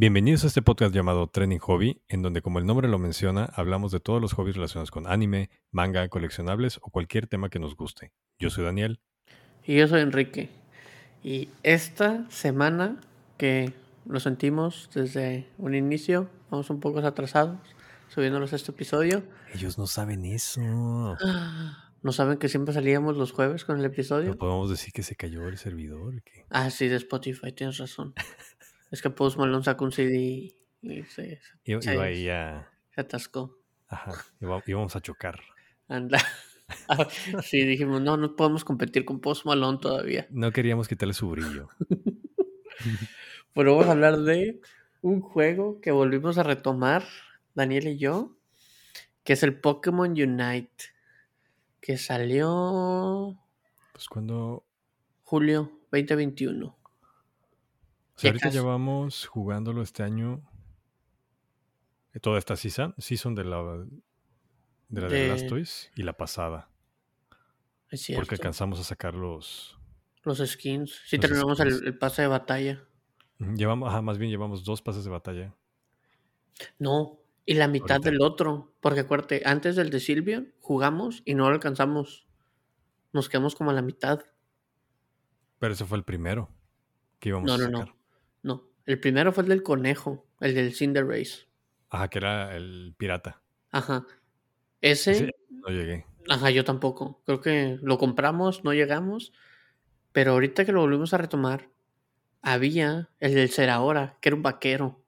Bienvenidos a este podcast llamado Trending Hobby, en donde, como el nombre lo menciona, hablamos de todos los hobbies relacionados con anime, manga, coleccionables o cualquier tema que nos guste. Yo soy Daniel. Y yo soy Enrique. Y esta semana, que lo sentimos desde un inicio, vamos un poco atrasados, subiéndolos este episodio. Ellos no saben eso. ¿No saben que siempre salíamos los jueves con el No episodio? podemos decir que se cayó el servidor. Sí, de Spotify, tienes razón. Es que Post Malone sacó un CD y Iba ahí a... se atascó. Ajá, íbamos a chocar. Anda. Sí, dijimos, no podemos competir con Post Malone todavía. No queríamos quitarle su brillo. Pero vamos a hablar de un juego que volvimos a retomar, Daniel y yo, que es el Pokémon Unite, que salió Pues cuando... julio 2021. O sea, Ya ahorita casi. llevamos jugándolo este año, toda esta season de de Blastoise y la pasada. Es Porque cierto. alcanzamos a sacar los Los skins. Sí los terminamos skins. el pase de batalla. Más bien llevamos 2 pases de batalla No, y la mitad ahorita. del otro. Porque acuérdate, antes del de Sylveon jugamos y no lo alcanzamos. Nos quedamos como a la mitad. Pero ese fue el primero que íbamos No, a no, sacar. no. No. El primero fue el del conejo, el del Cinderace. Ajá, que era el pirata. Ajá. Ese Ese, no llegué. ajá, yo tampoco. Creo que lo compramos, no llegamos. Pero ahorita que lo volvimos a retomar, había el del Cerahora, que era un vaquero.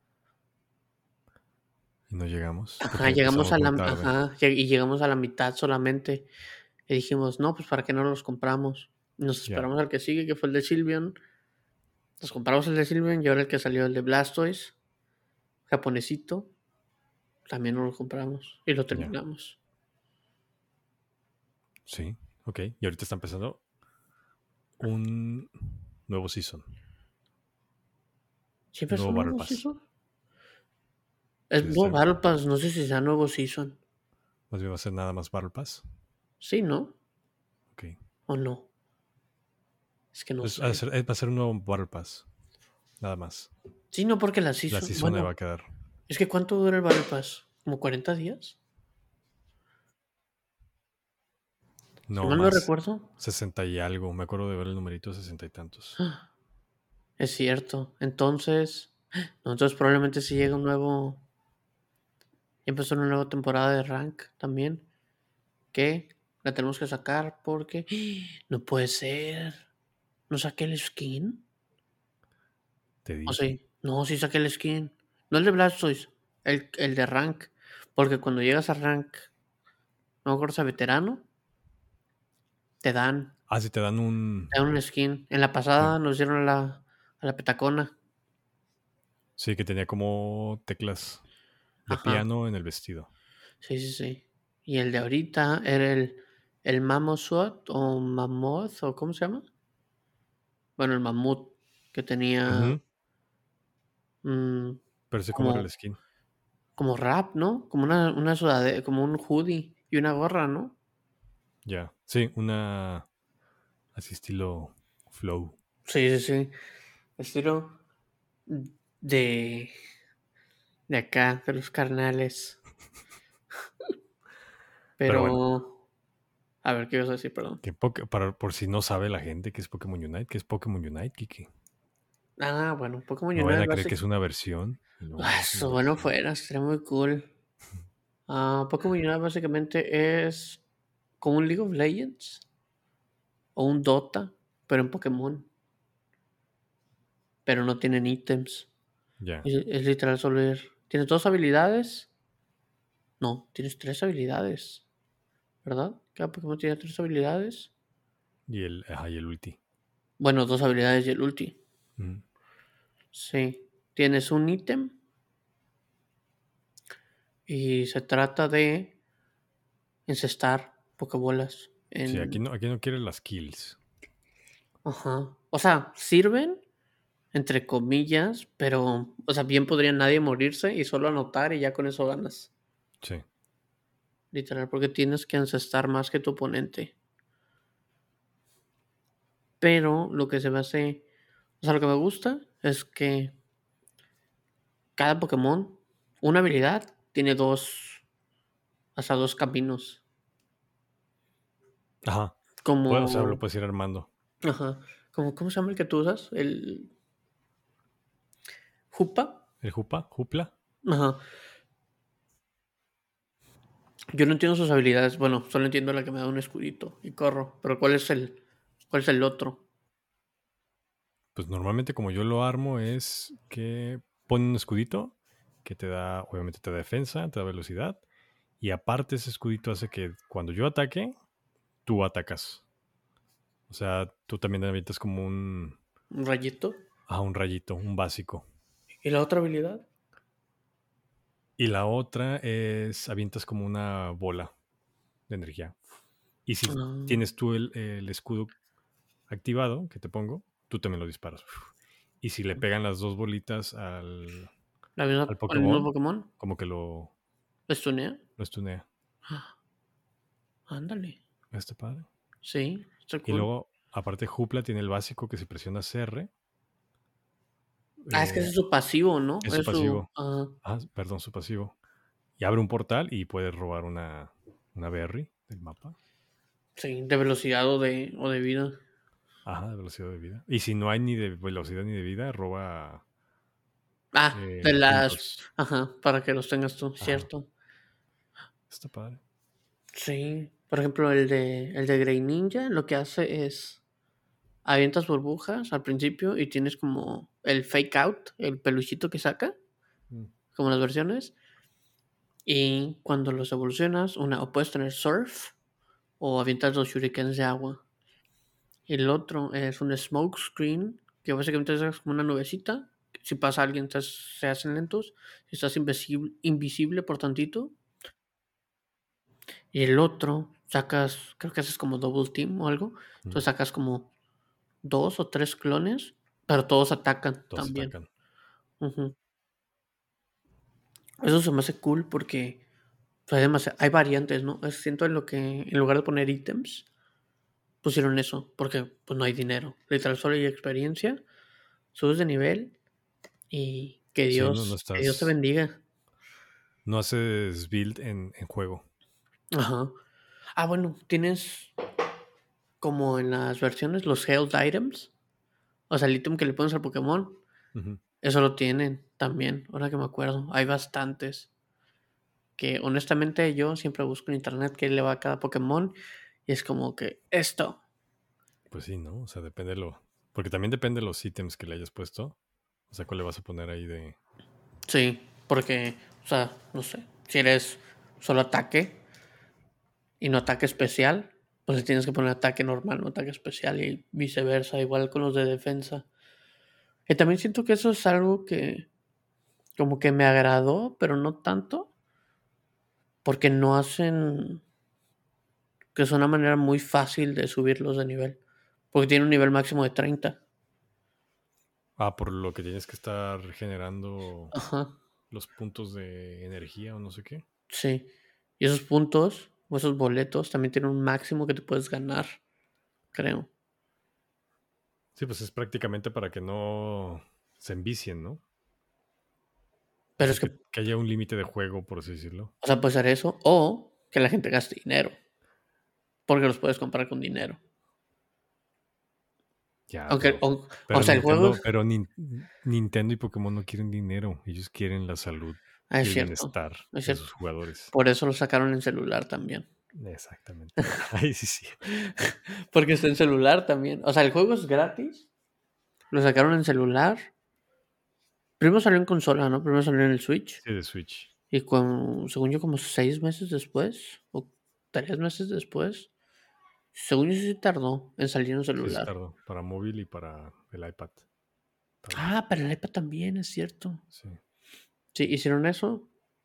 Y no llegamos Ajá, porque llegamos empezamos a muy la, tarde. y llegamos a la mitad solamente. Y dijimos, no, pues para qué no los compramos. Nos Ya. esperamos al que sigue, que fue el de Sylveon. Nos compramos el de Sylveon y ahora el que salió el de Blastoise, japonesito, también nos lo compramos y lo Ya. terminamos. Sí. Ok. Y ahorita está empezando un nuevo season. ¿Siempre Nuevo son Battle nuevos Pass. Season? Es Sí, nuevo Battle Pass, no sé si sea nuevo Season. más bien va a ser nada más Battle Pass. Sí, ¿no? Ok. ¿O no? Es que no Pues sé. va a ser un nuevo Battle Pass. Nada más. Sí, no, porque la La Season. season ahí va Bueno, a quedar. es que ¿cuánto dura el Battle Pass? ¿Como 40 días? Si No mal no más. recuerdo. 60 y algo. Me acuerdo de ver el numerito, 60 y tantos. Es cierto. Entonces, no, entonces probablemente si llega un nuevo. Ya empezó una nueva temporada de Rank también. Que la tenemos que sacar porque. No puede ser. ¿No saqué el skin? Te ¿O dije. sí? No, sí saqué el skin. No el de Blastoise. El de Rank. Porque cuando llegas a Rank, no me acuerdo si a veterano, te dan. Ah, si te dan un... Te dan un skin. En la Sí. pasada nos dieron a la petacona. Sí, que tenía como teclas de Ajá. piano en el vestido. Sí, sí, sí. Y el de ahorita era el Mamosword o Mammoth o ¿cómo se llama? Bueno, el mamut que tenía Ujú. mm, Pero sé cómo era como, el skin. como rap, ¿no? Como una sudadera, como un hoodie y una gorra, ¿no? Ya. Sí, una... Así estilo flow. Sí, sí, sí. Estilo de, de acá, de los carnales. Pero bueno, Pero, a ver, ¿qué ibas a decir? Perdón. por si no sabe la gente qué es Pokémon Unite, ¿qué es Pokémon Unite, Kiki? Bueno, Pokémon No vayan Unite a creer que es básicamente. una versión. Y no es una Eso, bueno, versión. fuera, sería muy cool. Pokémon Unite básicamente es como un League of Legends o un Dota, pero en Pokémon. Pero no tienen ítems. Ya. Es literal solo ir. ¿Tienes dos habilidades? No, tienes tres habilidades. ¿Verdad? Cada Pokémon tiene tres habilidades. Y el ulti. Bueno, dos habilidades y el ulti. Ujú. Sí. Tienes un ítem y se trata de encestar Pokébolas Sí, en. aquí no quiere las kills. Ajá. O sea, sirven, entre comillas, pero, o sea, bien podría nadie morirse y solo anotar y ya con eso ganas. Sí. Literal, porque tienes que encestar más que tu oponente. Pero lo que se me hace, o sea, lo que me gusta es que cada Pokémon, una habilidad, tiene hasta dos caminos. Ajá. O sea, lo Como, puedes ir armando. ajá, como, ¿cómo se llama el que tú usas? El Jupa. ¿El Jupa? ¿Jupla? Ajá. Yo no entiendo sus habilidades. Bueno, solo entiendo la que me da un escudito y corro. Pero cuál es el otro? Pues normalmente como yo lo armo es que pone un escudito que te da, obviamente te da defensa, te da velocidad. Y aparte ese escudito hace que cuando yo ataque, tú atacas. O sea, tú también avientas como Un rayito. un rayito, un básico. ¿Y la otra habilidad? Y la otra es avientas como una bola de energía. Y si Ah, tienes tú el escudo activado que te pongo, tú también lo disparas. Y si le pegan las dos bolitas al ¿al mismo Pokémon, Pokémon? como que lo ¿Estunea? estunea. Ah, ándale. Está padre. Sí, está Y cool. luego, aparte, Hoopla tiene el básico que si presionas CR, Ah, es que ese es su pasivo, ¿no? es su Es su. pasivo. Perdón, su pasivo. Y abre un portal y puedes robar una berry del mapa. Sí, de velocidad o de vida. Ajá, de velocidad de vida. Y si no hay ni de velocidad ni de vida, roba Ah, de las. puntos. Ajá, para que los tengas tú, Ajá, cierto. está padre. Sí. Por ejemplo, el de Grey Ninja lo que hace es. Avientas burbujas al principio y tienes como el fake out, el peluchito que saca, Mm. como las versiones. Y cuando los evolucionas, o puedes tener surf o avientas los shurikens de agua. Y el otro es un smoke screen, que básicamente es como una nubecita. Si pasa alguien, se hacen lentos. Si estás invisible por tantito. Y el otro, sacas, creo que haces como double team o algo. Mm. Entonces sacas como dos o tres clones, pero todos atacan Todos también. atacan. Ujú. Eso se me hace cool porque hay variantes, ¿no? Siento en lo que en lugar de poner ítems, pusieron eso, porque pues no hay dinero. Literal, solo hay experiencia, subes de nivel y que Sí, no, Dios te bendiga. no haces build en juego. Ajá. Ah, bueno, tienes como en las versiones los held items, o sea, el ítem que le pones al Pokémon, Ujú. eso lo tienen también, ahora que me acuerdo. Hay bastantes que honestamente yo siempre busco en internet qué le va a cada Pokémon y es como que esto. Pues sí, ¿no? O sea, depende porque también depende de los ítems que le hayas puesto. O sea, ¿cuál le vas a poner ahí de... Sí, porque, o sea, no sé, si eres solo ataque y no ataque especial, pues le tienes que poner ataque normal, no ataque especial y viceversa, igual con los de defensa. Y también siento que eso es algo que como que me agradó, pero no tanto, porque no hacen que es una manera muy fácil de subirlos de nivel, porque tiene un nivel máximo de 30. por lo que tienes que estar generando Ajá, los puntos de energía o no sé qué. sí. Y esos puntos o esos boletos también tienen un máximo que te puedes ganar, creo. Sí, pues es prácticamente para que no se envicien, ¿no? O Pero sea, es que, que haya un límite de juego, por así decirlo. o sea, puede ser eso, o que la gente gaste dinero, porque los puedes comprar con dinero. Ya, Aunque, pero, o sea, el juego, Pero Nintendo y Pokémon no quieren dinero. Ellos quieren la salud y es el cierto, bienestar es de cierto. sus jugadores. Por eso lo sacaron en celular también. Exactamente. Ay, sí, sí. Porque está en celular también. O sea, el juego es gratis. Lo sacaron en celular. Primero salió en consola, ¿no? Primero salió en el Switch. Sí, de Switch. Y según yo, como 6 meses después, o 3 meses después, según yo sí tardó en salir en Sí, se celular. tardó. Para móvil y para el iPad también. Ah, para el iPad también, es cierto. Sí. Sí, hicieron eso.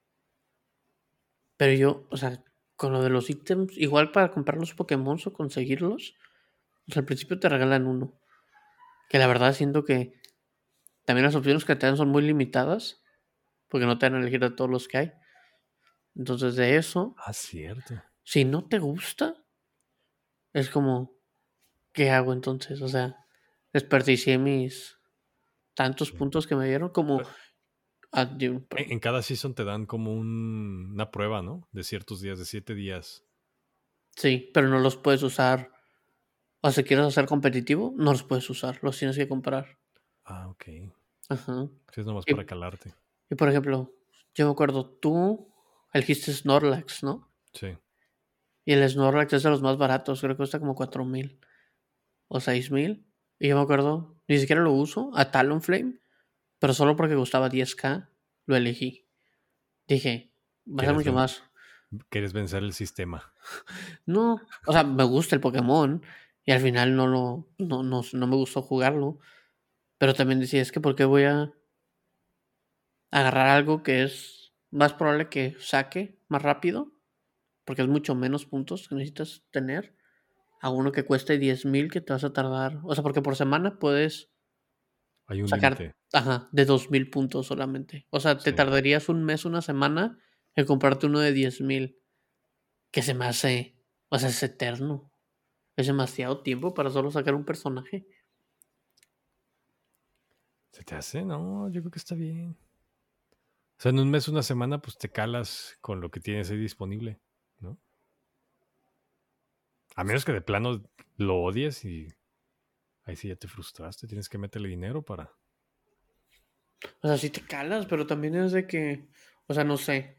Pero yo, o sea, con lo de los ítems, igual para comprar los Pokémon o conseguirlos, o sea, al principio te regalan uno. Que la verdad siento que también las opciones que te dan son muy limitadas, porque no te dan a elegir de todos los que hay. Entonces, de eso, Ah, cierto. si no te gusta, es como, ¿qué hago entonces? O sea, desperdicié mis tantos Sí. puntos que me dieron, como En cada season te dan como una prueba, ¿no? De ciertos días, de 7 días. Sí, pero no los puedes usar. O si quieres hacer competitivo, no los puedes usar, los tienes que comprar. Ah, ok. Ajá. Sí, es nomás Y, para calarte. y por ejemplo, yo me acuerdo, tú elegiste Snorlax, ¿no? Sí. Y el Snorlax es de los más baratos, creo que cuesta como 4,000 o 6,000. Y yo me acuerdo, ni siquiera lo uso, a Talonflame, pero solo porque costaba 10k, lo elegí. Dije, va a ser ¿Quieres, mucho más. quieres vencer el sistema? No, o sea, me gusta el Pokémon y al final no me gustó jugarlo. Pero también decía, es que ¿por qué voy a agarrar algo que es más probable que saque más rápido? Porque es mucho menos puntos que necesitas tener a uno que cueste 10,000 que te vas a tardar. O sea, porque por semana puedes Hay un sacar, límite. ajá, de 2,000 puntos solamente. O sea, te Sí. tardarías un mes, una semana en comprarte uno de 10,000. Que se me hace, o sea, es eterno. Es demasiado tiempo para solo sacar un personaje. ¿Se te hace? No, yo creo que está bien. O sea, en un mes, una semana, pues te calas con lo que tienes ahí disponible, ¿no? A menos que de plano lo odies y ahí sí ya te frustraste, tienes que meterle dinero para... O sea, sí te calas, pero también es de que, o sea, no sé,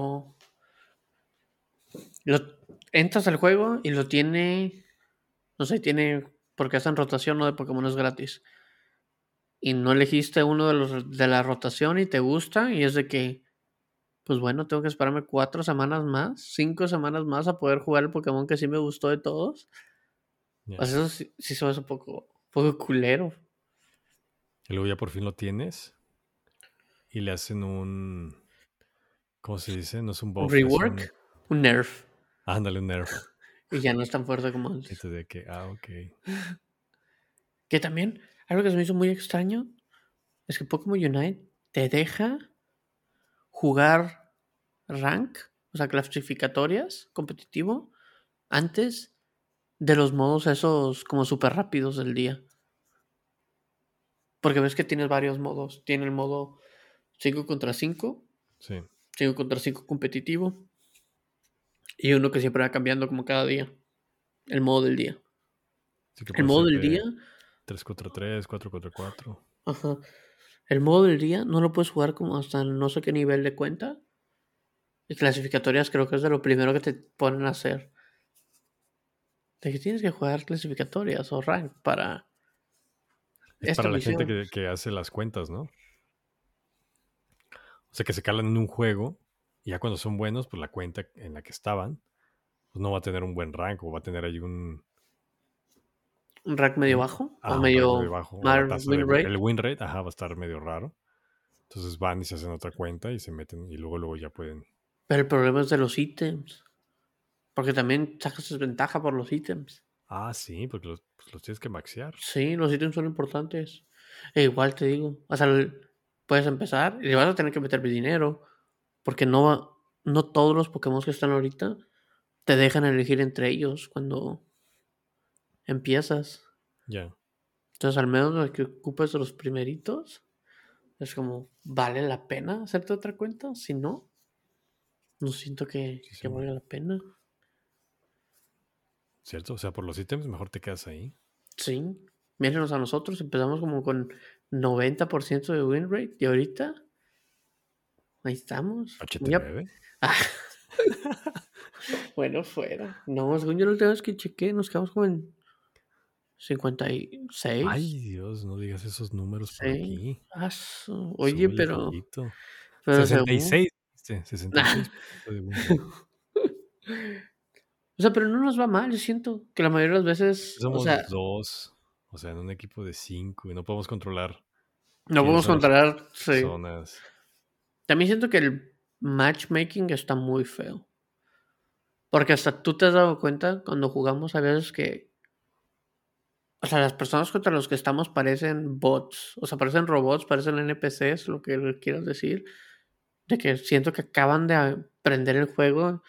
lo entras al juego y lo tiene, no sé, tiene, porque hacen rotación, ¿no? De Pokémon es gratis. Y no elegiste uno de los de la rotación y te gusta, y es de que, pues bueno, tengo que esperarme 4 semanas más, 5 semanas más a poder jugar el Pokémon que sí me gustó de todos. O Ya. sea, eso sí se me hace un poco culero. Y luego ya por fin lo tienes y le hacen un... ¿Cómo se dice? No es un Un buff, es un... rework, un nerf, Ándale, un nerf. y ya no es tan fuerte como Y antes. tú de que, ok. Que también, algo que se me hizo muy extraño es que Pokémon Unite te deja jugar rank, o sea, clasificatorias, competitivo, antes de los modos esos como súper rápidos del día. Porque ves que tienes varios modos. Tiene el modo 5 contra 5, Sí. 5 contra 5 competitivo y uno que siempre va cambiando como cada día. El modo del día. Así que El puede modo ser del día, de 3 contra 3, 4 contra 4. ajá. El modo del día no lo puedes jugar como hasta no sé qué nivel de cuenta. Y clasificatorias creo que es de lo primero que te ponen a hacer. De que tienes que jugar clasificatorias o rank para Es esta para la gente misión. que hace las cuentas, ¿no? O sea, que se calan en un juego y ya cuando son buenos, pues la cuenta en la que estaban, pues no va a tener un buen rank o va a tener ahí Un rank medio bajo o un rank medio medio bajo o la mal tasa de win rate. el win rate, va a estar medio raro. Entonces van y se hacen otra cuenta y se meten y luego ya pueden. Pero el problema es de los ítems. Porque también sacas desventaja por los ítems. Ah, sí, porque pues los tienes que maxear. Sí, los ítems son importantes. E igual te digo, o sea, puedes empezar y le vas a tener que meter dinero. Porque no todos los Pokémon que están ahorita te dejan elegir entre ellos cuando empiezas. Ya. Entonces, al menos los que ocupes los primeritos, es como, ¿vale la pena hacerte otra cuenta? Si no, no siento Sí, que valga la pena. ¿Cierto? O sea, por los ítems mejor te quedas ahí. Sí, mírenos a nosotros, empezamos como con 90% de win rate y ahorita ahí estamos. Ya. 89. Ah, bueno, fuera. No, según yo la última vez que chequé, nos quedamos como en 56. Ay, Dios, no digas esos números por Sí. aquí. Oye, Súbele pero, tantito. pero según. 66, ¿viste? 66% de win rate. O sea, pero no nos va mal, yo siento que la mayoría de las veces, o sea, Somos dos, o sea, en un equipo de 5 y no podemos controlar no quiénes podemos son las controlar, sí. personas. También siento que el matchmaking está muy feo. Porque hasta tú te has dado cuenta cuando jugamos a veces que, o sea, las personas contra los que estamos parecen bots, o sea, parecen robots, parecen NPCs, lo que quieras decir, de que siento que acaban de aprender el juego.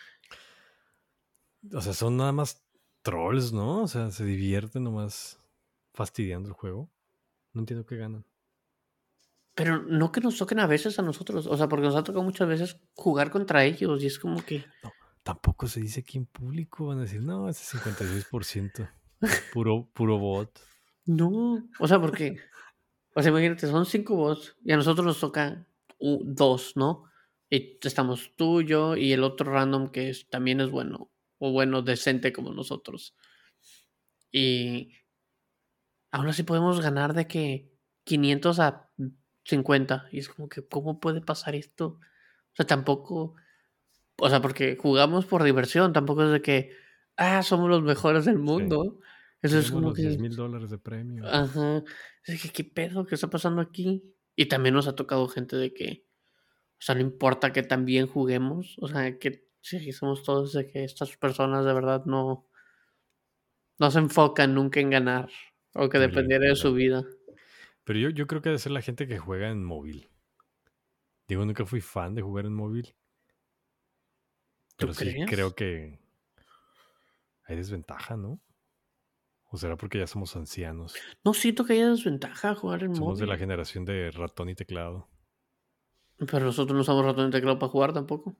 O sea, son nada más trolls, ¿no? O sea, se divierten nomás fastidiando el juego. No entiendo qué ganan. Pero no que nos toquen a veces a nosotros, o sea, porque nos ha tocado muchas veces jugar contra ellos y es como que... No, tampoco se dice aquí en público. Van a decir, no, ese 56%. Puro bot. No, o sea, porque... O sea, imagínate, son 5 bots y a nosotros nos toca 2, ¿no? Y estamos tú, yo y el otro random que también es bueno, o bueno, decente como nosotros. Y aún así podemos ganar de que 500 a 50. Y es como que, ¿cómo puede pasar esto? O sea, tampoco, o sea, porque jugamos por diversión, tampoco es de que, somos los mejores del Sí. mundo. Eso es Queremos como los que, $10,000 de premio. ajá, es que, ¿qué pedo? ¿Qué está pasando aquí? Y también nos ha tocado gente de que, o sea, no importa que también juguemos, o sea, que sí, somos todos de que estas personas de verdad no se enfocan nunca en ganar, o que Ni lo dependiera de su intentan. vida. Pero yo creo que debe ser la gente que juega en móvil. Digo, nunca fui fan de jugar en móvil. ¿Tú Pero sí creo crees? que hay desventaja, ¿no? ¿O será porque ya somos ancianos? No siento que haya desventaja jugar en Somos de la móvil. generación de ratón y teclado. Pero nosotros no usamos ratón y teclado para jugar tampoco.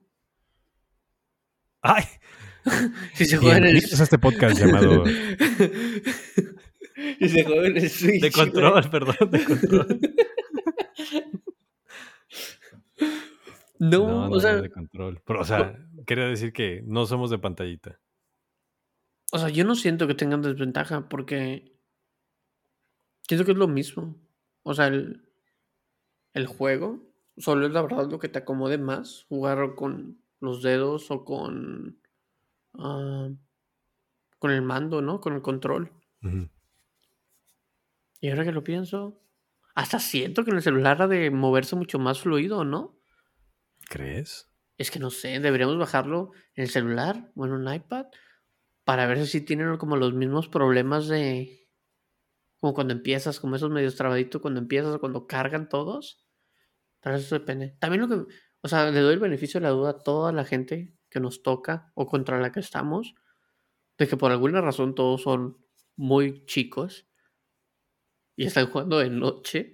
¡Ay! Si se juega en el... Bienvenidos a este podcast llamado Si se juega en el De Switch, güey. Control, perdón, de Control. No, No, o no, no, sea, de Control. Pero, o sea, quería decir que no somos de pantallita. yo no siento que tengan desventaja porque siento que es lo mismo. O sea, el juego solo es la verdad lo que te acomode más, jugar con los dedos o ah, con el mando, ¿no? Con el control. Ujú. Y ahora que lo pienso, hasta siento que en el celular ha de moverse mucho más fluido, ¿no? ¿Crees? Es que no sé, deberíamos bajarlo en el celular o en un iPad para ver si tienen como los mismos problemas de como cuando empiezas, como esos medios trabaditos cuando empiezas o cuando cargan todos. Tal vez eso depende. También lo que, o sea, le doy el beneficio de la duda a toda la gente que nos toca o contra la que estamos, de que por alguna razón todos son muy chicos y están jugando de noche.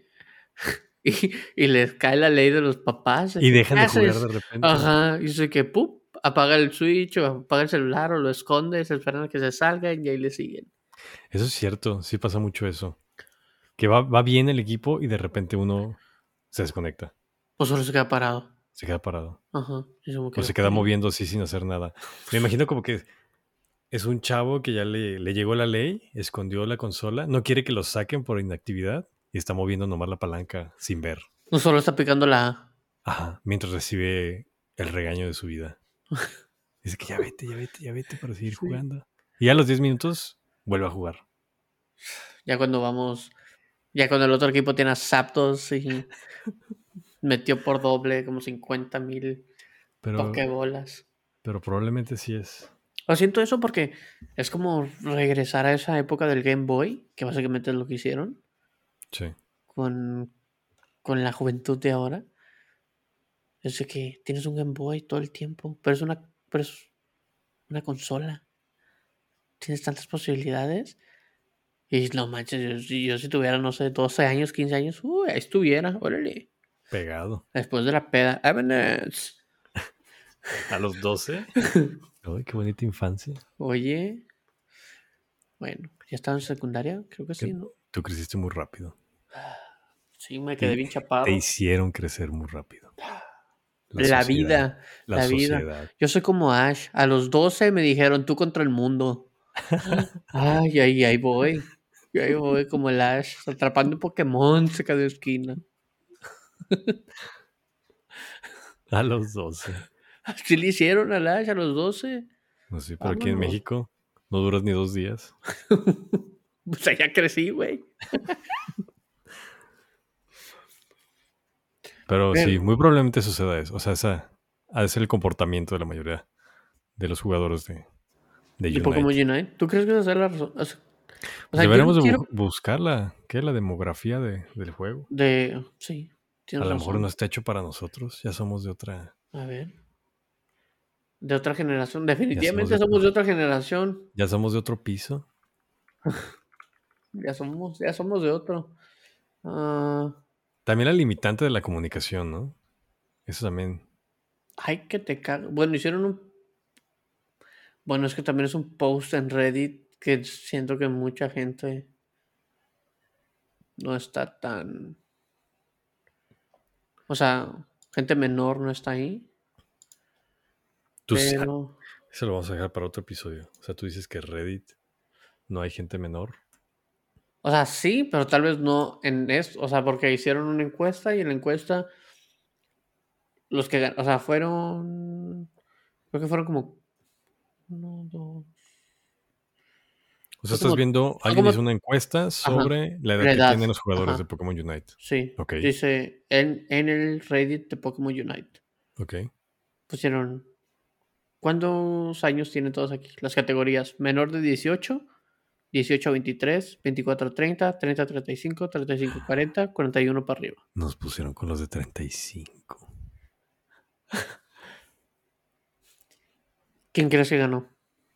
Y les cae la ley de los papás, de Y que, ¿qué dejan de jugar haces? de repente. Ajá, y dice que, ¡pum! Apaga el switch o apaga el celular o lo escondes, esperan a que se salgan y ahí le siguen. Eso es cierto, sí pasa mucho eso. Que va bien el equipo y de repente uno se desconecta, O solo se queda parado. se queda parado. Ajá, y como O que, se ok. queda moviendo así sin hacer nada. Me imagino como que es un chavo que ya le llegó la ley, escondió la consola, no quiere que lo saquen por inactividad y está moviendo nomás la palanca sin ver. No solo está picando la A. Ajá, mientras recibe el regaño de su vida. Dice que ya vete, ya vete, ya vete para seguir Sí. jugando. Y a los 10 minutos vuelve a jugar. Ya cuando vamos, ya cuando el otro equipo tiene a Zapdos y metió por doble como 50,000 Pero, pokebolas. pero probablemente sí es. Lo siento eso porque es como regresar a esa época del Game Boy, que básicamente es lo que hicieron Sí. con, con la juventud de ahora. Es de que tienes un Game Boy todo el tiempo, pero es una consola. Tienes tantas posibilidades. Y no manches, yo si tuviera, no sé, 12 años, 15 años, ahí estuviera, órale. Pegado. Después de la peda, Evanes. A los 12. Ay, qué bonita infancia. Oye, bueno, ya estaba en secundaria, creo que sí, Que ¿no? tú creciste muy rápido. Sí, me quedé Te, bien te chaparro. hicieron crecer muy rápido. La La sociedad. vida, La la vida. sociedad. Yo soy como Ash. A los 12 me dijeron, tú contra el mundo. Ay, ahí voy. Y ahí voy como el Ash, atrapando Pokémon de cada esquina. A los 12. Así le hicieron al Ash a los 12. No sé, pero aquí en Vámonos. México no duras ni 2 días. Pues allá crecí, güey. Pero sí, Pero, muy probablemente suceda eso. O sea, esa ha de ser el comportamiento de la mayoría de los jugadores de ¿de Pokémon Unite. Unite? ¿Tú crees que esa es la razón? O Pues sea, yo no deberíamos de quiero buscar la demografía del juego. Sí, A tienes lo mejor no razón. está hecho para nosotros. Ya somos de otra. A ver. De otra generación. Ya somos Definitivamente de, somos de otra generación. ya somos de otro piso. Ya somos de otro. Ah, También la limitante de la comunicación, ¿no? Eso también. Ay, que te cago. Bueno, hicieron un. Bueno, es que también es un post en Reddit que siento que mucha gente no está tan. O sea, gente menor no está ahí. Tú, Pero. eso lo vamos a dejar para otro episodio. O sea, tú dices que Reddit no hay gente menor. O sea, sí, pero tal vez no en esto. O sea, porque hicieron una encuesta y en la encuesta los que o sea, fueron. Creo que fueron como. Uno, dos. O sea, Fue estás como. viendo, Fue alguien como. hizo una encuesta Ajá. sobre la edad La que edad. tienen los jugadores de Ajá. Pokémon Unite. Sí. Ok, Dice en el Reddit de Pokémon Unite. ok. Pusieron. ¿Cuántos años tienen todos aquí? Las categorías: menor de 18, 18 a 23, 24 a 30, 30 a 35, 35 a 40, 41 para arriba. Nos pusieron con los de 35. ¿Quién crees que ganó?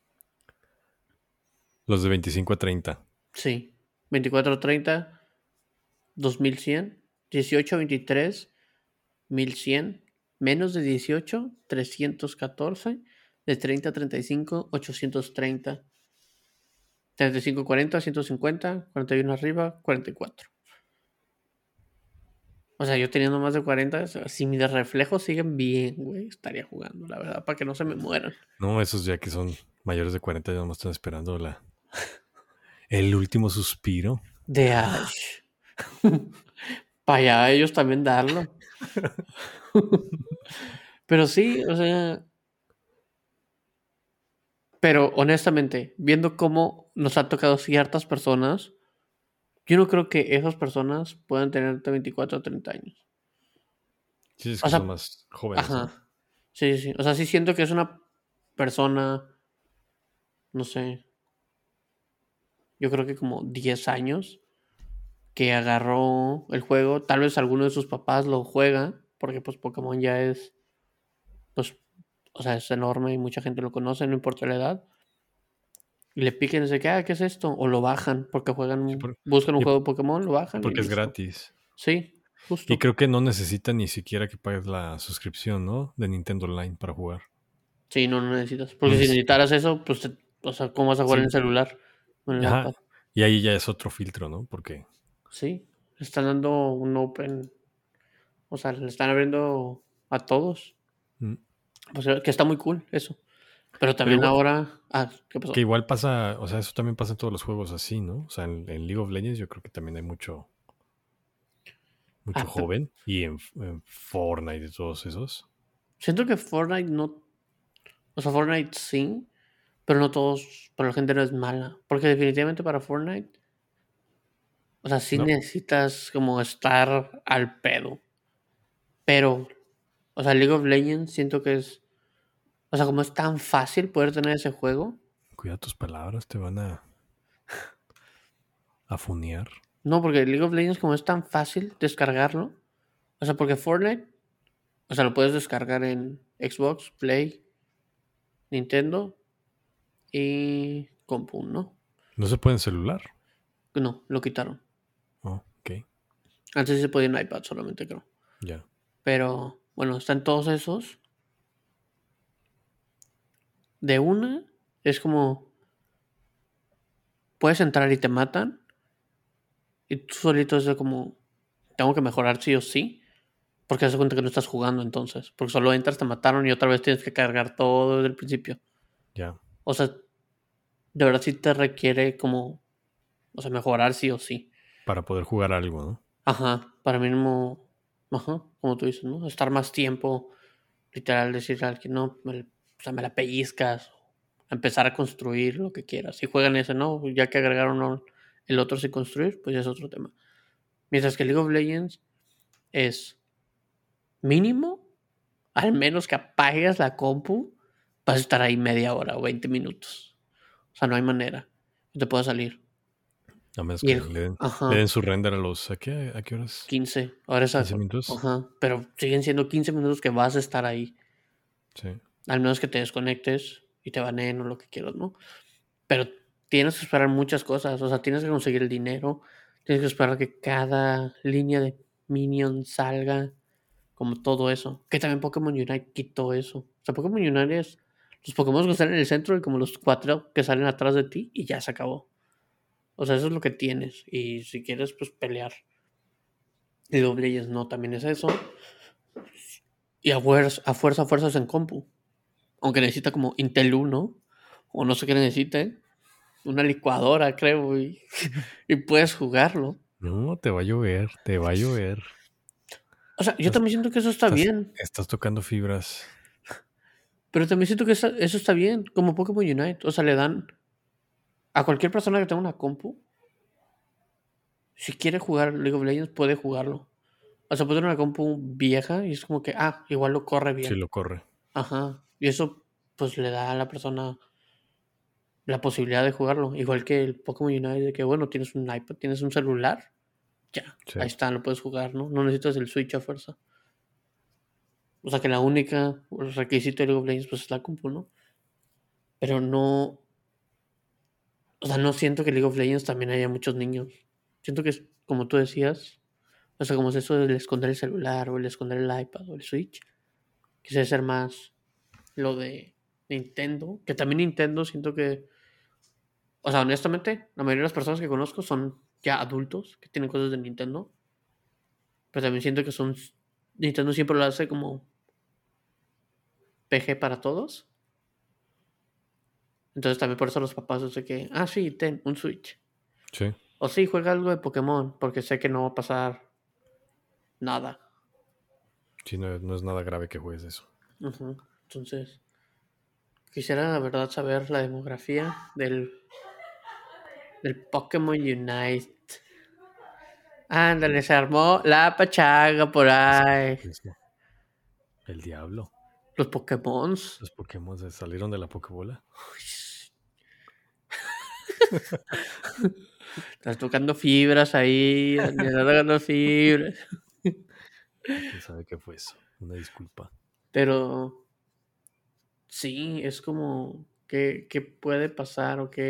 Los de 25 a 30. Sí. 24 a 30, 2100. 18 a 23, 1100. Menos de 18, 314. De 30 a 35, 830. 35 a 40, 150. 41 arriba, 44. O sea, yo teniendo más de 40, si mis reflejos siguen bien, güey, estaría jugando, la verdad, para que no se me mueran. No, esos ya que son mayores de 40 ya no están esperando el último suspiro. De Ash. Para allá ellos también darlo. Pero sí, o sea. Pero honestamente, viendo cómo nos ha tocado ciertas personas, yo no creo que esas personas puedan tener de 24 a 30 años. Sí, es O que son sea, más jóvenes, ¿no? ajá. Sí, sí. O sea, sí siento que es una persona, no sé, yo creo que como 10 años que agarró el juego. Tal vez alguno de sus papás lo juega, porque pues Pokémon ya es, pues, o sea, es enorme y mucha gente lo conoce, no importa la edad. Y le piquen desde que, ¿qué es esto? O lo bajan, porque Sí, buscan un y, juego de Pokémon, lo y bajan y porque es listo. gratis. Sí, Y justo. creo que no necesita ni siquiera que pagues la suscripción, ¿no? De Nintendo Online para jugar. Sí, no, no necesitas. No Porque si necesita. necesitaras eso, pues, o sea, ¿cómo vas a jugar en el Sí, celular o en el ajá. iPad? Y ahí ya es otro filtro, ¿no? Porque Sí, están dando un open, o sea, le están abriendo a todos. mm, O sea, que está muy cool eso. Pero pero también igual, ahora, ¿qué que pasó? igual pasa, o sea, eso también pasa en todos los juegos así, ¿no? O sea, en League of Legends yo creo que también hay mucho Ah, joven y en Fortnite y todos esos. siento que Fortnite no, o sea, Fortnite sí, pero no todos, pero la gente no es mala. Porque definitivamente para Fortnite, o sea, sí No, necesitas como estar al pedo. Pero, o sea, League of Legends siento que es, o sea, como es tan fácil poder tener ese juego. cuida tus palabras, te van a funear. No, porque League of Legends como es tan fácil descargarlo. O sea, porque Fortnite, o sea, lo puedes descargar en Xbox, Play, Nintendo y compu, ¿no? No se puede en celular. No, lo quitaron. Oh, ok, Antes sí se podía en iPad solamente, creo. ya. Pero, bueno, están todos esos. De una, es como, puedes entrar y te matan. Y tú solito es de como, tengo que mejorar sí o sí. Porque das cuenta que no estás jugando entonces. Porque solo entras, te mataron y otra vez tienes que cargar todo desde el principio. Ya, O sea, de verdad sí te requiere como, o sea, mejorar sí o sí. para poder jugar algo, ¿no? Ajá, para mínimo, ajá, como tú dices, ¿no? Estar más tiempo, literal, decirle a alguien, no, o sea, me la pellizcas, empezar a construir lo que quieras. Si juegan ese, no, ya que agregaron el otro sin construir, pues ya es otro tema. Mientras que League of Legends es mínimo, al menos que apagues la compu, vas a estar ahí media hora o 20 minutos. O sea, no hay manera que te pueda salir. A menos Y que el, le ajá, den su render a los. ¿A qué horas? 15 ahora es 15 minutos. ajá, pero siguen siendo 15 minutos que vas a estar ahí. Sí. Al menos que te desconectes y te baneen o lo que quieras, ¿no? Pero tienes que esperar muchas cosas. O sea, tienes que conseguir el dinero. Tienes que esperar que cada línea de Minion salga, como todo eso. Que también Pokémon Unite quitó eso. O sea, Pokémon Unite es los Pokémon que están en el centro y como los 4 que salen atrás de ti y ya se acabó. O sea, eso es lo que tienes. Y si quieres, pues pelear. League of Legends no, también es eso. Y a fuerzas en compu. Aunque necesita como Intel 1, o no sé qué necesite. Una licuadora, creo, y puedes jugarlo. No, te va a llover, te va a llover. O sea, yo Estás, también siento que eso está estás, bien. estás tocando fibras. Pero también siento que eso está bien, como Pokémon Unite. O sea, le dan a cualquier persona que tenga una compu, si quiere jugar League of Legends, puede jugarlo. O sea, puede tener una compu vieja y es como que, igual lo corre Sí bien. lo corre. Ajá. Y eso, pues, le da a la persona la posibilidad de jugarlo. Igual que el Pokémon Unite, de que, bueno, tienes un iPad, tienes un celular, ya, Sí. ahí está, lo puedes jugar, ¿no? No necesitas el Switch a fuerza. O sea, que la única requisito de League of Legends, pues, es la compu, ¿no? Pero no, o sea, no siento que League of Legends también haya muchos niños. Siento que es, como tú decías, o sea, como es eso del esconder el celular o el esconder el iPad o el Switch, quisiera ser más lo de Nintendo, que también Nintendo siento que, o sea, honestamente, la mayoría de las personas que conozco son ya adultos que tienen cosas de Nintendo, pero también siento que son, Nintendo siempre lo hace como PG para todos. Entonces también por eso los papás dicen que, sí, ten un Switch. Sí. O sí, juega algo de Pokémon, porque sé que no va a pasar nada. Sí, no es nada grave que juegues eso. Ujú. Entonces, quisiera la verdad saber la demografía del Pokémon Unite. Ándale, se armó la pachanga por ahí. ¿Qué es eso? El diablo. Los Pokémons. Los Pokémon salieron de la Pokébola. Estás tocando fibras ahí. Estás tocando fibras. ¿Quién sabe qué fue eso? Una disculpa. Pero sí, es como qué puede pasar o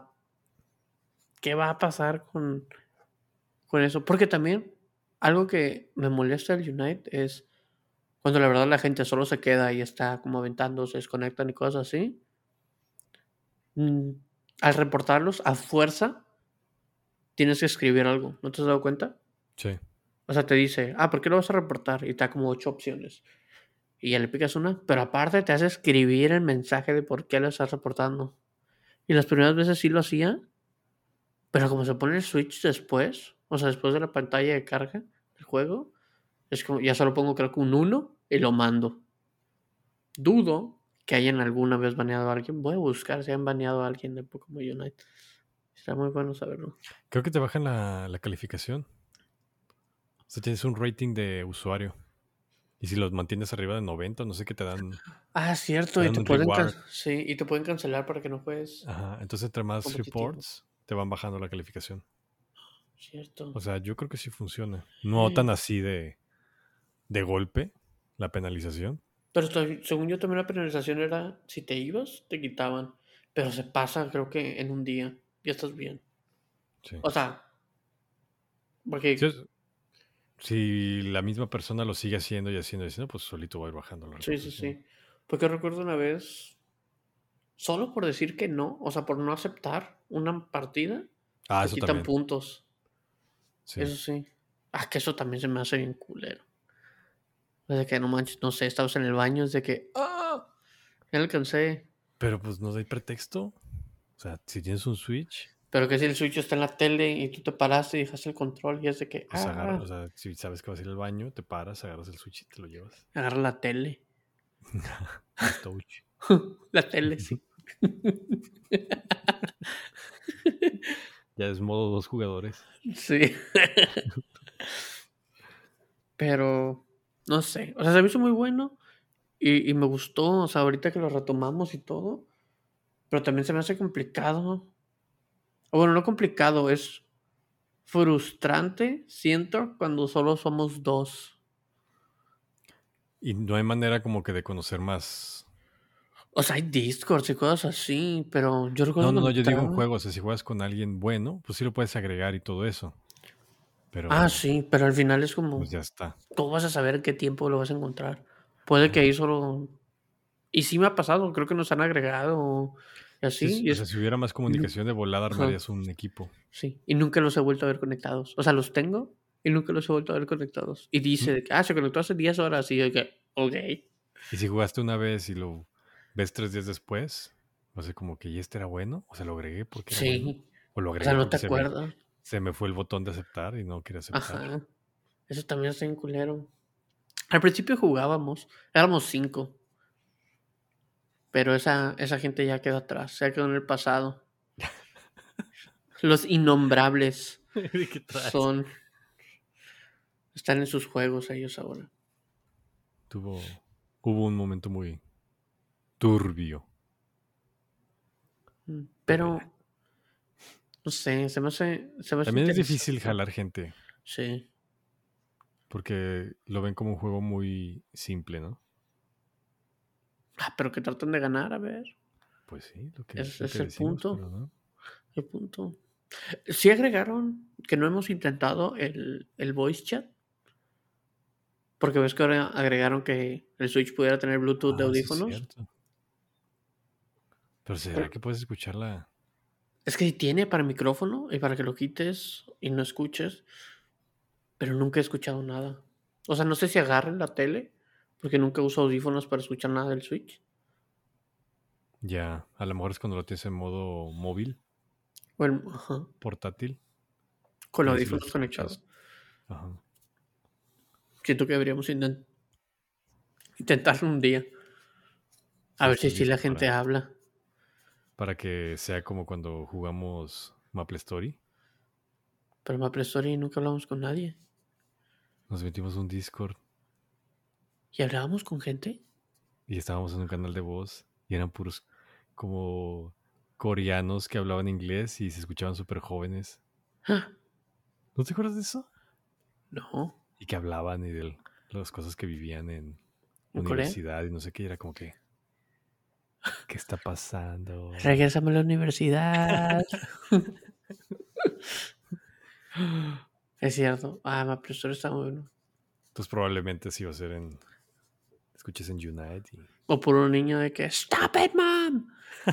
qué va a pasar con eso. Porque también algo que me molesta del Unite es cuando la verdad la gente solo se queda y está como aventando, se desconectan y cosas así. Mm, Al reportarlos a fuerza tienes que escribir algo. ¿No te has dado cuenta? Sí. O sea, te dice, ¿por qué lo vas a reportar? Y te da como 8 opciones. Y ya le picas una, pero aparte te hace escribir el mensaje de por qué lo estás reportando. Y las primeras veces sí lo hacía, pero como se pone el switch después, o sea, después de la pantalla de carga del juego, es como, ya solo pongo creo que un 1 y lo mando. Dudo que hayan alguna vez baneado a alguien. Voy a buscar si han baneado a alguien de Pokémon Unite. Será muy bueno saberlo. Creo que te bajan la calificación. O sea, tienes un rating de usuario. Y si los mantienes arriba de 90, no sé qué te dan. Te Cierto, y dan te un pueden reward. sí, y te pueden cancelar para que no juegues Ajá. Entonces, entre más competitivo. reports, te van bajando la calificación. Cierto. O sea, yo creo que sí funciona. No tan así de golpe la penalización. Pero según yo también la penalización era si te ibas, te quitaban. Pero se pasa, creo que en un día. Ya estás bien. Sí. O sea, Sí, porque si la misma persona lo sigue haciendo y haciendo y haciendo, pues solito va a ir bajando la sí, sí, reportación. sí. Porque recuerdo una vez, solo por decir que no, o sea, por no aceptar una partida, Ah, te eso quitan también. puntos. Sí. Eso sí. Que eso también se me hace bien culero. Es de que no manches, no sé, estabas en el baño, es de que, ya alcancé. Pero pues no hay pretexto. O sea, si tienes un Switch, Pero que si el Switch está en la tele y tú te paraste y dejaste el control y es de que, pues agarra, o sea, si sabes que vas a ir al baño, te paras, agarras el Switch y te lo llevas. agarra la tele. El touch. La tele, sí. Ya es modo 2 jugadores. Sí. Pero, no sé. O sea, se me hizo muy bueno y me gustó. O sea, ahorita que lo retomamos y todo. Pero también se me hace complicado. O bueno, no complicado, es frustrante, siento, cuando solo somos dos. Y no hay manera como que de conocer más. O sea, hay Discords y cosas así, pero yo recuerdo No, cuando yo digo en entraba. juegos, o sea, si juegas con alguien bueno, pues sí lo puedes agregar y todo eso. Ah, pero sí, pero al final es pues como, ya está. ¿cómo vas a saber qué tiempo lo vas a encontrar? Puede que Ajá. ahí solo y sí me ha pasado, creo que nos han agregado y Sí, así, y o sea, es si hubiera más y nu comunicación de volada ajá, armarías un equipo. sí, y nunca los he vuelto a ver conectados. O sea, los tengo y nunca los he vuelto a ver conectados. Y Mm, dice de que: "Ah, se conectó hace 10 horas", y yo de que: "Okey". y si jugaste una vez y lo ves 3 días después, o sea, como que, ¿y este era bueno? O sea, ¿lo agregué porque era bueno? Sí, ¿O lo o sea, agregué no porque te acuerdas. se me fue el botón de aceptar y no quería aceptar? Ajá, eso también está bien culero. Al principio jugábamos, éramos 5, pero esa gente ya quedó atrás, ya quedó en el pasado. Los innombrables ¿De qué traes? son están en sus juegos ellos ahora. Hubo un momento muy turbio, pero ya. Pero, no sé, se me hace También es difícil interesante. jalar gente, Sí. porque lo ven como un juego muy simple, ¿no? Ah, pero que tratan de ganar, a ver, Pues sí, ese lo es que el decimos, punto, pero no. el punto. Sí agregaron que no hemos intentado el voice chat, porque ves que ahora agregaron que el Switch pudiera tener Bluetooth de Ah, sí es audífonos. cierto. Pero ¿será Pero que puedes escucharla? es que sí tiene para micrófono y para que lo quites y no escuches, pero nunca he escuchado nada. O sea, no sé si agarren la tele, porque nunca uso audífonos para escuchar nada del Switch. Ya, a lo mejor es cuando lo tienes en modo móvil, Ajá, portátil, con y los ahí sí los audífonos conectados. escuchas. Ajá. Siento que deberíamos intentarlo un día. A Si ver si estás sí la listo gente habla. para que sea como cuando jugamos Maple Story, Pero me apresuré y nunca hablamos con nadie. nos metimos un Discord ¿Y hablábamos con gente? y estábamos en un canal de voz y eran puros como coreanos que hablaban inglés y se escuchaban súper jóvenes. Ah, ¿No te acuerdas de eso? no. Y que hablaban y de las cosas que vivían en ¿En Corea? universidad y no sé qué, y era como que, ¿qué está pasando? Regresame a la universidad. Es cierto. Ah, me apresuré, está muy bueno. Entonces probablemente sí va a ser en, escuches en Unite y... O por un niño de que, Stop it, mom.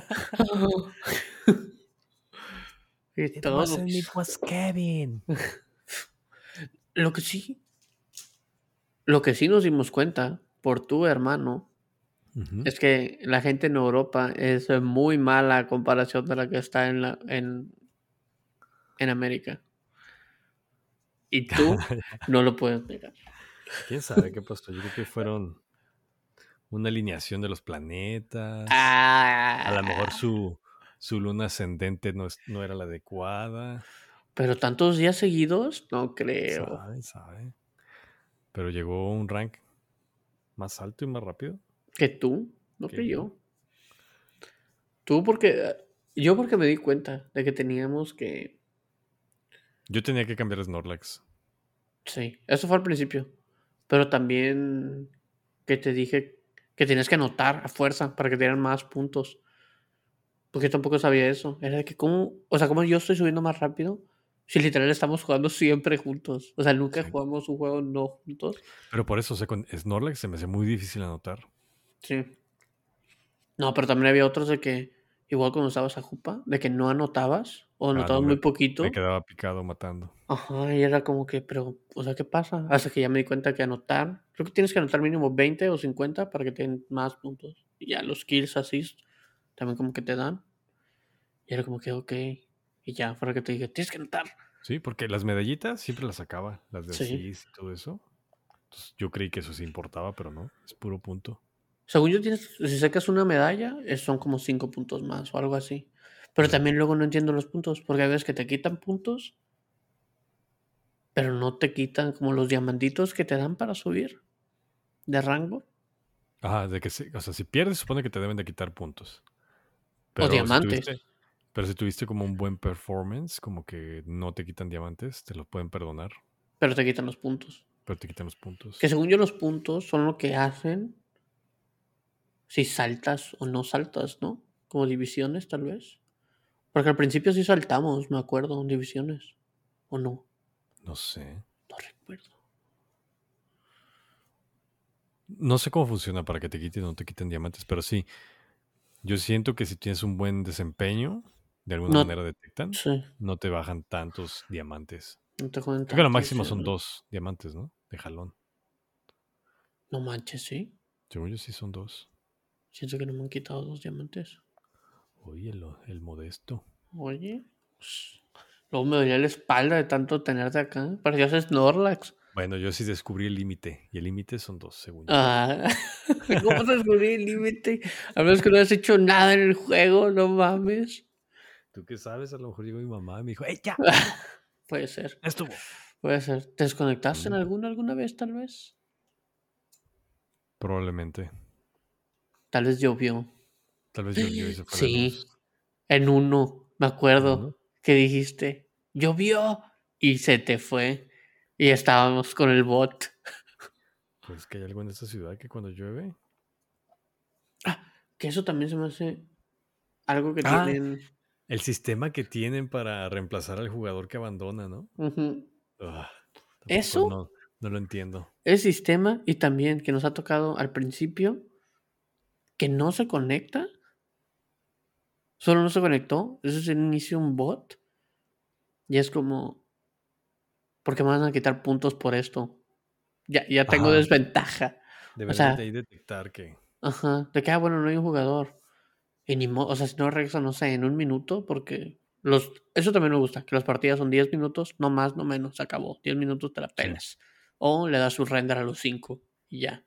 Y It todo. wasn't me, it was Kevin. Lo que sí, lo que sí nos dimos cuenta por tu hermano Ujú. es que la gente en Europa es muy mala a comparación de la que está en América. Y tú no lo puedes negar. ¿Quién sabe qué pasó? Yo creo que fueron una alineación de los planetas. A lo mejor Ah, su luna ascendente no era la adecuada. pero tantos días seguidos, no creo. Sabe. Pero llegó a un rank más alto y más rápido ¿Que tú? No que que yo. yo. Tú porque yo porque me di cuenta de que teníamos que Yo tenía que cambiar a Snorlax. sí, eso fue al principio, pero también que te dije que tienes que anotar a fuerza para que te dieran más puntos, porque yo tampoco sabía eso. Era de que cómo, o sea, cómo yo estoy subiendo más rápido si literal estamos jugando siempre juntos. O sea, nunca Sí. jugamos un juego no juntos. Pero por eso, o sea, con Snorlax se me hace muy difícil anotar. Sí. No, pero también había otros de que, igual cuando estabas a Jupa, de que no anotabas o Ah, no, anotabas muy me poquito. quedaba picado matando. Ajá, y era como que, pero, o sea, ¿qué pasa? Hasta que ya me di cuenta que anotar, creo que tienes que anotar mínimo 20 o 50 para que te den más puntos. Y ya los kills assist también como que te dan. Y era como que, ok. Y ya, para que te diga, tienes que anotar. Sí, porque las medallitas siempre las sacaba, las de Sí. Asís y todo eso. Entonces, yo creí que eso sí importaba, pero no, es puro punto. Según yo, si sacas una medalla, son como 5 puntos más o algo así. Pero Ya. también luego no entiendo los puntos, porque hay veces que te quitan puntos, pero no te quitan como los diamantitos que te dan para subir de rango. Ajá, o sea, si pierdes, supone que te deben de quitar puntos. O Pero si diamantes, tuviste, pero si tuviste como un buen performance, como que no te quitan diamantes, te los pueden perdonar, pero te quitan los puntos. pero te quitan los Que puntos. según yo los puntos son lo que hacen si saltas o no saltas, ¿no? Como divisiones, tal vez. Porque al principio sí saltamos, me acuerdo, en divisiones. ¿O no? No sé. No recuerdo. No sé cómo funciona para que te quiten o no te quiten diamantes, pero sí. Yo siento que si tienes un buen desempeño, de alguna No, manera detectan, sí, no te bajan tantos diamantes. no te joden Creo que lo tanto, máximo sí, son ¿no? 2 diamantes, ¿no? De jalón. No manches, sí. Según yo sí son 2. Siento que no me han quitado 2 diamantes. Oye, el modesto. Oye, pues, luego me dolía la espalda de tanto tenerte acá. Parecías Snorlax. Bueno, yo sí descubrí el límite. Y el límite son 2, según yo. Ah, ¿cómo se descubrí el límite? A menos que no hayas hecho nada en el juego, no mames. ¿Tú qué sabes? A lo mejor llegó mi mamá y me dijo, ¡Ey, ya! Puede ser, Ya estuvo. puede ser. ¿Te desconectaste en Mm, alguna vez, tal vez? probablemente. Tal vez llovió. Tal vez llovió y se fue la luz. Sí, en uno, me ¿En uno? acuerdo que dijiste, llovió y se te fue. Y estábamos con el bot. Pues que hay algo en esta ciudad que cuando llueve. Ah, que eso también se me hace algo que Ah, tienen. el sistema que tienen para reemplazar al jugador que abandona, ¿no? Ujú. Ah, tampoco Eso, no lo entiendo. el sistema, y también que nos ha tocado al principio, que no se conecta, solo no se conectó, eso es el inicio de un bot, y es como, ¿por qué me van a quitar puntos por esto? Ya tengo Ajá. desventaja. O Deberían de sea, ahí detectar que. ajá, de que, bueno, no hay un jugador. Y ni o sea, si no regresa, no sé, en un minuto, porque eso también me gusta, que las partidas son 10 minutos, no más, no menos, se acabó. 10 minutos te la Sí. pelas. O le das su render a los 5 y ya.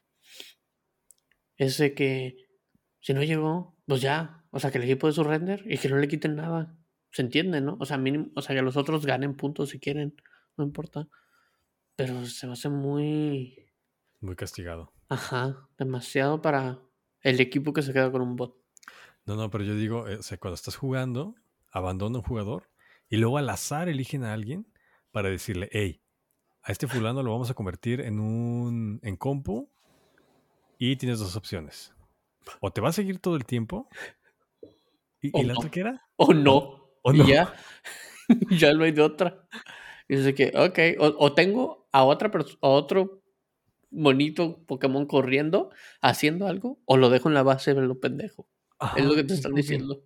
Ese que si no llegó, pues ya. O sea, que el equipo de su render y que no le quiten nada. Se entiende, ¿no? O sea, mínimo, o sea, que los otros ganen puntos si quieren, no importa. Pero se me hace muy, Muy castigado. ajá, demasiado para el equipo que se queda con un bot. No, pero yo digo, o sea, cuando estás jugando, abandona un jugador y luego al azar eligen a alguien para decirle, hey, a este fulano lo vamos a convertir en compu y tienes 2 opciones. O te va a seguir todo el tiempo O y la otra no, qué era, o o, no. o Y no. ya, ya no hay de otra. Y dice que, ok, o tengo a a otro bonito Pokémon corriendo, haciendo algo, o lo dejo en la base de lo pendejo. Es lo que Ajá, te es están como que. diciendo.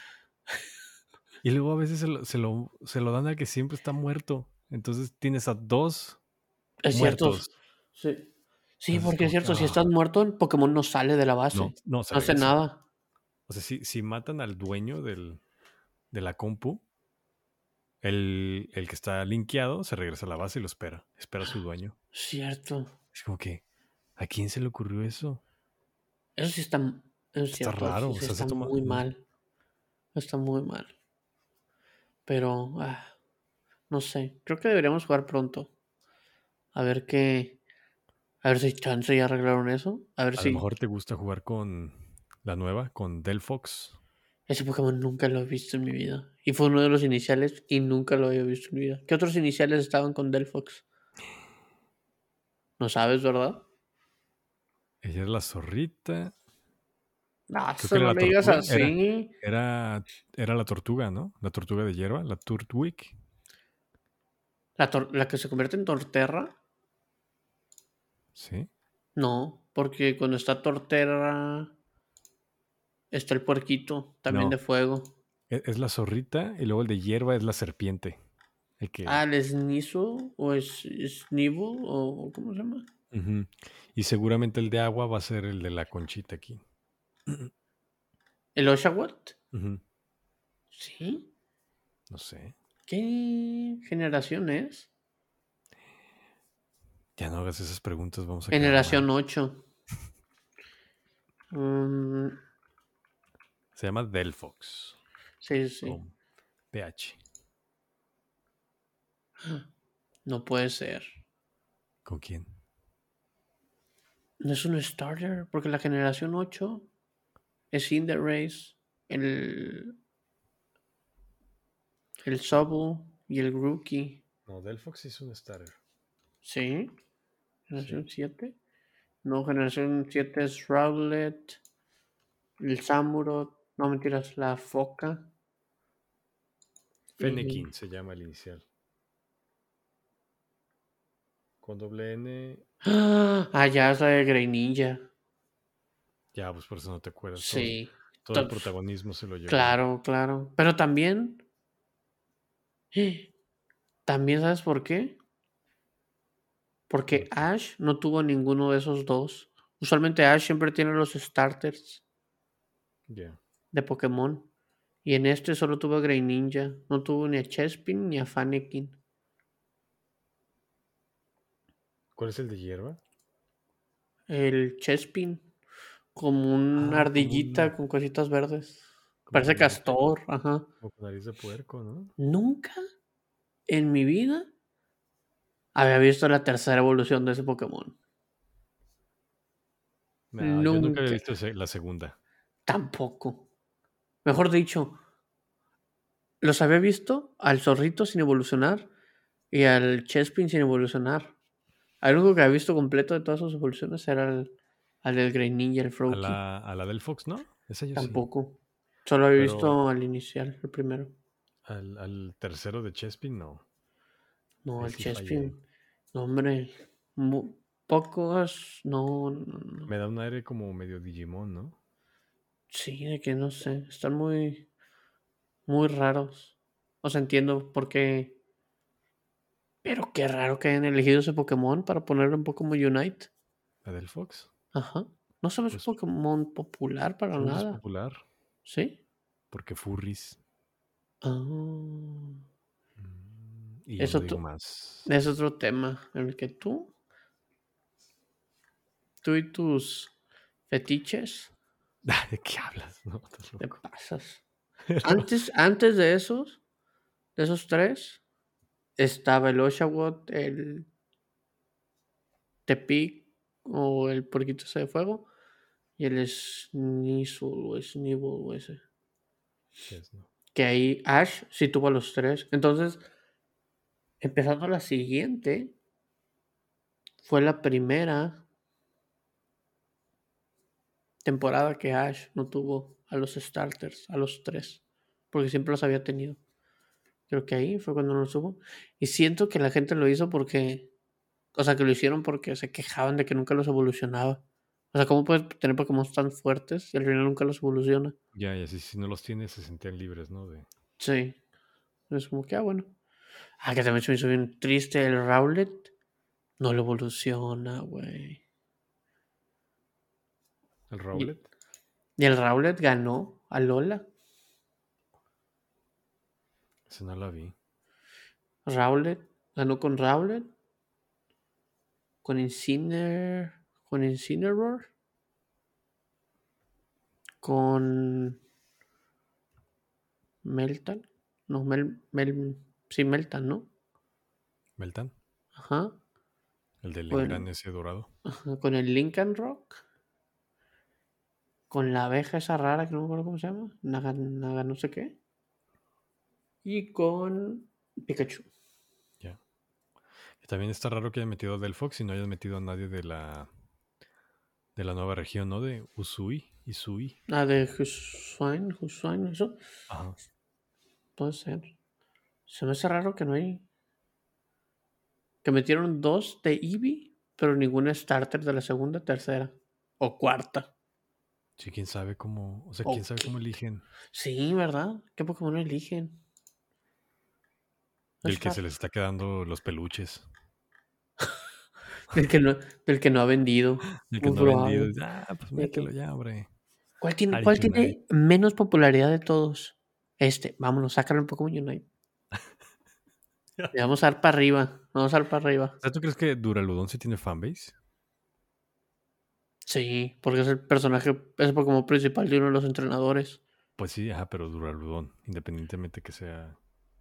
Y luego a veces se lo dan al que siempre está muerto. Entonces tienes a 2 Es cierto. muertos. Sí. Sí, Entonces porque es como que, cierto, si estás muerto, el Pokémon no sale de la no, base. no, se No hace regresa. nada. O sea, si matan al dueño de la compu, el que está linkeado se regresa a la base y lo espera. Espera a su dueño. Cierto. Es como que, ¿a quién se le ocurrió eso? Eso sí está, es Está cierto, raro. eso O sí sea, se está toma. muy mal. Está muy mal. Pero, no sé. Creo que deberíamos jugar pronto. A ver qué. A ver si hay chance ya arreglaron eso. A ver A lo si. mejor te gusta jugar con la nueva, con Delphox. Ese Pokémon nunca lo he visto en mi vida. Y fue uno de los iniciales y nunca lo había visto en mi vida. ¿Qué otros iniciales estaban con Delphox? No sabes, ¿verdad? Ella era la zorrita. No, Creo que eso era no la le digas tortuga. así. Era la tortuga, ¿no? La tortuga de hierba, la Turtwig. La que se convierte en Torterra. Sí. No, porque cuando está Torterra está el puerquito, también de No, fuego. es la zorrita y luego el de hierba es la serpiente. El que. ¿El Snizo o es Snivel o cómo se llama? Ujú. Y seguramente el de agua va a ser el de la conchita aquí. ¿El Oshawott? Ujú. Sí. No sé. ¿Qué generación es? Ya no hagas esas preguntas, vamos a quedar mal. Generación 8. Mm, Se llama Delphox. sí, sí, sí. Con PH. No puede ser. ¿Con quién? No es un starter, porque la generación 8 es Cinderace, el, el Sobble y el Grookey. No, Delphox es un starter. ¿Sí? Sí. ¿Generación 7? No, generación 7 es Rowlet, el Samurott, no mentiras, la Foca y Fennekin se llama el inicial. Con doble N. Ah, ya, es la de Grey Ninja. Ya, pues por eso no te acuerdas. Sí. Todo el protagonismo se lo llevó. Claro, claro. Pero también, también, ¿sabes por qué? Porque Porque, Ash no tuvo ninguno de esos dos. Usualmente Ash siempre tiene los starters ya. de Pokémon. Y en este solo tuvo a Greninja. No tuvo ni a Chespin ni a Fennekin. ¿Cuál es el de hierba? El Chespin, como una Ah, ardillita con cositas verdes. como Parece gordito, castor, ajá. como con nariz de puerco, ¿no? Nunca en mi vida había visto la tercera evolución de ese Pokémon. No, yo nunca había Nunca. visto la segunda. Tampoco. Mejor dicho, los había visto al zorrito sin evolucionar y al Chespin sin evolucionar. El único que había visto completo de todas sus evoluciones era al del Greninja, el Froakie. A la del Fox, ¿no? Esa yo sí. Tampoco. Solo había Pero visto al inicial, el primero. al tercero de Chespin, no. No, Ahí el sí fallé. Chespin. No, hombre. Pocos. No, no, no. Me da un aire como medio Digimon, ¿no? Sí, de que no sé. Están muy, muy raros. O sea, entiendo por qué. Pero qué raro que hayan elegido ese Pokémon para ponerlo en Pokémon Unite. La del Fox. Ajá. No se me hace Pues, Pokémon popular para pues es nada. popular ¿Sí? porque furries. Ah. Y ya Es no digo otro, más. es otro tema en el que tú y tus fetiches, ¿De qué hablas? No, estás te loco. pasas. Pero, Antes de esos tres, estaba el Oshawott, el Tepic o el Porquito ese de fuego y el Sneasel o Sneasel o ese. ¿qué es, no? Que ahí Ash sí tuvo a los tres. Entonces, empezando la siguiente, fue la primera temporada que Ash no tuvo a los starters, a los tres, porque siempre los había tenido. Creo que ahí fue cuando no los tuvo. Y siento que la gente lo hizo porque, o sea, que lo hicieron porque se quejaban de que nunca los evolucionaba. O sea, ¿cómo puedes tener Pokémon tan fuertes y al final nunca los evoluciona? Ya, y así si no los tienes se sentían libres, ¿no? De Sí, es como que, bueno. Ah, que también se me hizo bien triste el Rowlet. No lo evoluciona, güey. el Y, Rowlet. y el Rowlet ganó a Lola. Ese no la vi. Rowlet ganó con Rowlet, con Incineroar, con Meltan. No, sí, Meltan, ¿no? ¿Meltan? Ajá. El del Con, engrane ese dorado. ajá, con el Lincoln Rock, con la abeja esa rara que no me acuerdo cómo se llama, Naga no sé qué, y con Pikachu. Ya. Y también está raro que hayan metido a Delphox y no hayan metido a nadie de la nueva región, ¿no? De Usui, Isui. La de Huswain, eso Ajá. puede ser. Se me hace raro que no hay. Que metieron dos de Eevee, pero ningún starter de la segunda, tercera o cuarta. Sí, quién sabe cómo, o sea, quién ¿O sabe cómo qué? eligen. Sí, ¿verdad? ¿Qué Pokémon eligen? Del que Está se les está quedando los peluches. Del que no, del que no ha vendido. El que Muy no ha vendido. probable. Pues De mételo que, ya, hombre. cuál Articuno. tiene menos popularidad de todos? Este, vámonos, sácalo en Pokémon Unite. Le vamos a dar para arriba. Vamos a dar para arriba. O sea, ¿tú crees que Duraludon sí tiene fanbase? Sí, porque es el personaje, es el Pokémon principal de uno de los entrenadores. Pues sí, ajá, pero Duraludon, independientemente que sea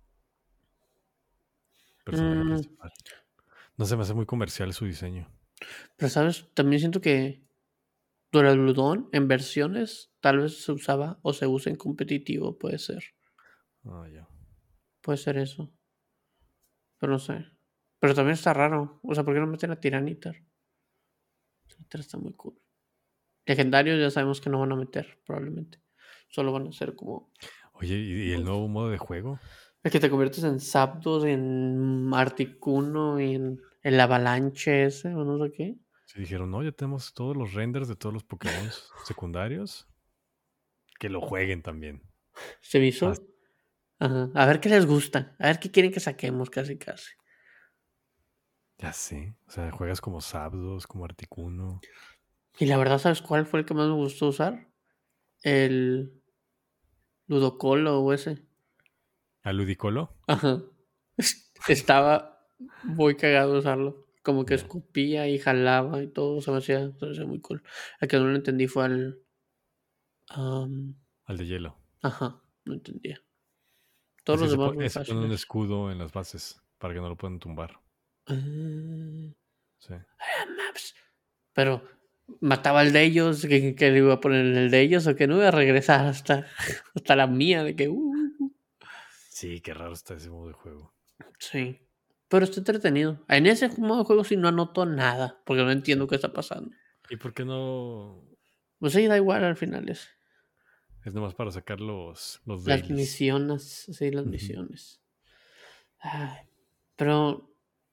personaje Mm, principal. No se me hace muy comercial su diseño. pero sabes, también siento que Duraludon en versiones tal vez se usaba o se usa en competitivo, puede ser. Ah, ya. Puede ser eso. Pero no sé. Pero también está raro. O sea, ¿por qué no meten a Tiranitar? Tiranitar está muy cool. Legendarios ya sabemos que no van a meter, probablemente. Solo van a ser como. Oye, ¿y el nuevo modo de juego? Es que te conviertes en Zapdos, en Articuno y en. el avalanche ese, o no sé qué. Sí, dijeron, no, ya tenemos todos los renders de todos los Pokémon secundarios. Que lo jueguen también. Se me hizo. Ajá. A ver qué les gusta. A ver qué quieren que saquemos, casi, casi. Ya sé. O sea, juegas como Zapdos, como Articuno. Y la verdad, ¿sabes cuál fue el que más me gustó usar? El Ludocolo o ese. ¿A Ludicolo? Ajá. Estaba muy cagado usarlo. Como que Ya. escupía y jalaba y todo. Se me hacía muy cool. El que no lo entendí fue al. Al de hielo. Ajá, no entendía. Todos Es que los demás muy ese pone un fáciles. escudo en las bases para que no lo puedan tumbar. Ah, Sí. maps. Pero mataba al de ellos, que le iba a poner en el de ellos o que no iba a regresar hasta la mía, de que Sí, qué raro está ese modo de juego. sí. Pero está entretenido. En ese modo de juego sí no anoto nada, porque no Sí. entiendo qué está pasando. ¿Y por qué no? Pues sí, da igual al final Es nomás para sacar los las dailies. misiones, sí, las Ujú. misiones. Ay, pero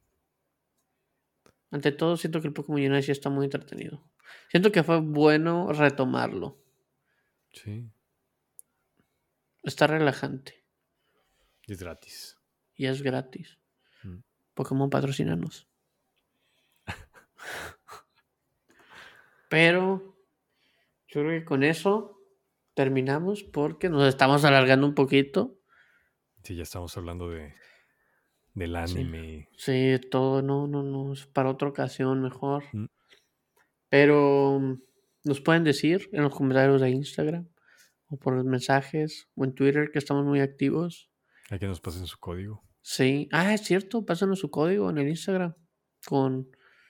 ante todo siento que el Pokémon Unite sí está muy entretenido. Siento que fue bueno retomarlo. Sí. Está relajante Y es gratis. y es gratis. Mm. Pokémon patrocinanos. Pero yo creo que con eso terminamos porque nos estamos alargando un poquito. Sí, ya estamos hablando del Sí, anime. sí, todo, no, es para otra ocasión mejor. Mm. Pero nos pueden decir en los comentarios de Instagram o por los mensajes o en Twitter que estamos muy activos. Hay que nos pasen su código. Sí, es cierto, pásanos su código en el Instagram con,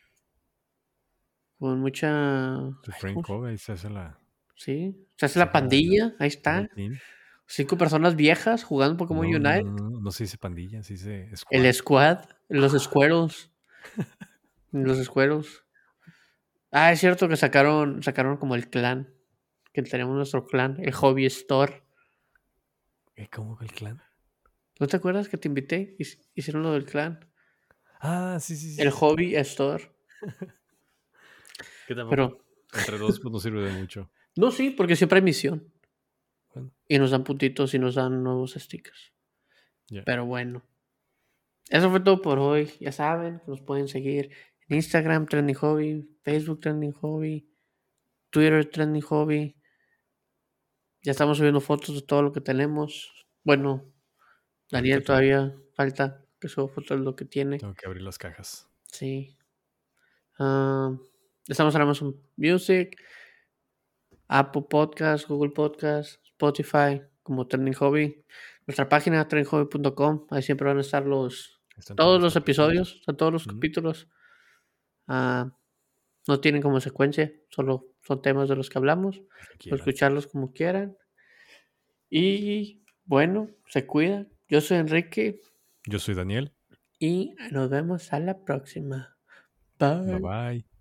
con mucha... Tu ay, friend code, ahí se hace Sí, se hace la saca pandilla, ahí se hace el está. team. 5 personas viejas jugando Pokémon No, no, Unite. no, no, no se dice pandilla, se dice El squad. squad, los Squirrels. Los Squirrels. Es cierto que sacaron como el clan. Que tenemos nuestro clan, el Hobby Store. ¿Cómo el clan? ¿No te acuerdas que te invité? Hicieron lo del clan. Ah, sí, sí, sí, El es cierto. Hobby Store. Que tampoco Pero, entre dos pues no sirve de mucho. no, sí, porque siempre hay misión. Bueno, Y nos dan puntitos y nos dan nuevos stickers. ya. Pero bueno. Eso fue todo por hoy. Ya saben que nos pueden seguir en Instagram, Trending Hobby, Facebook, Trending Hobby, Twitter, Trending Hobby. Ya estamos subiendo fotos de todo lo que tenemos. Bueno, Ahorita Daniel que todavía falta que suba fotos de lo que tiene. tengo que abrir las cajas. Sí. Ah, estamos en Amazon Music, Apple Podcast, Google Podcast, Spotify, como Trending Hobby. Nuestra página, trendinghobby.com. Ahí siempre van a estar Están todos todos los los capítulos. episodios, todos los Mm, capítulos. Ah, no tienen como secuencia, solo son temas de los que hablamos. el que Pueden quieran. escucharlos como quieran. Y bueno, se cuidan. Yo soy Enrique Yo soy Daniel. y nos vemos a la próxima. Bye Bye. bye.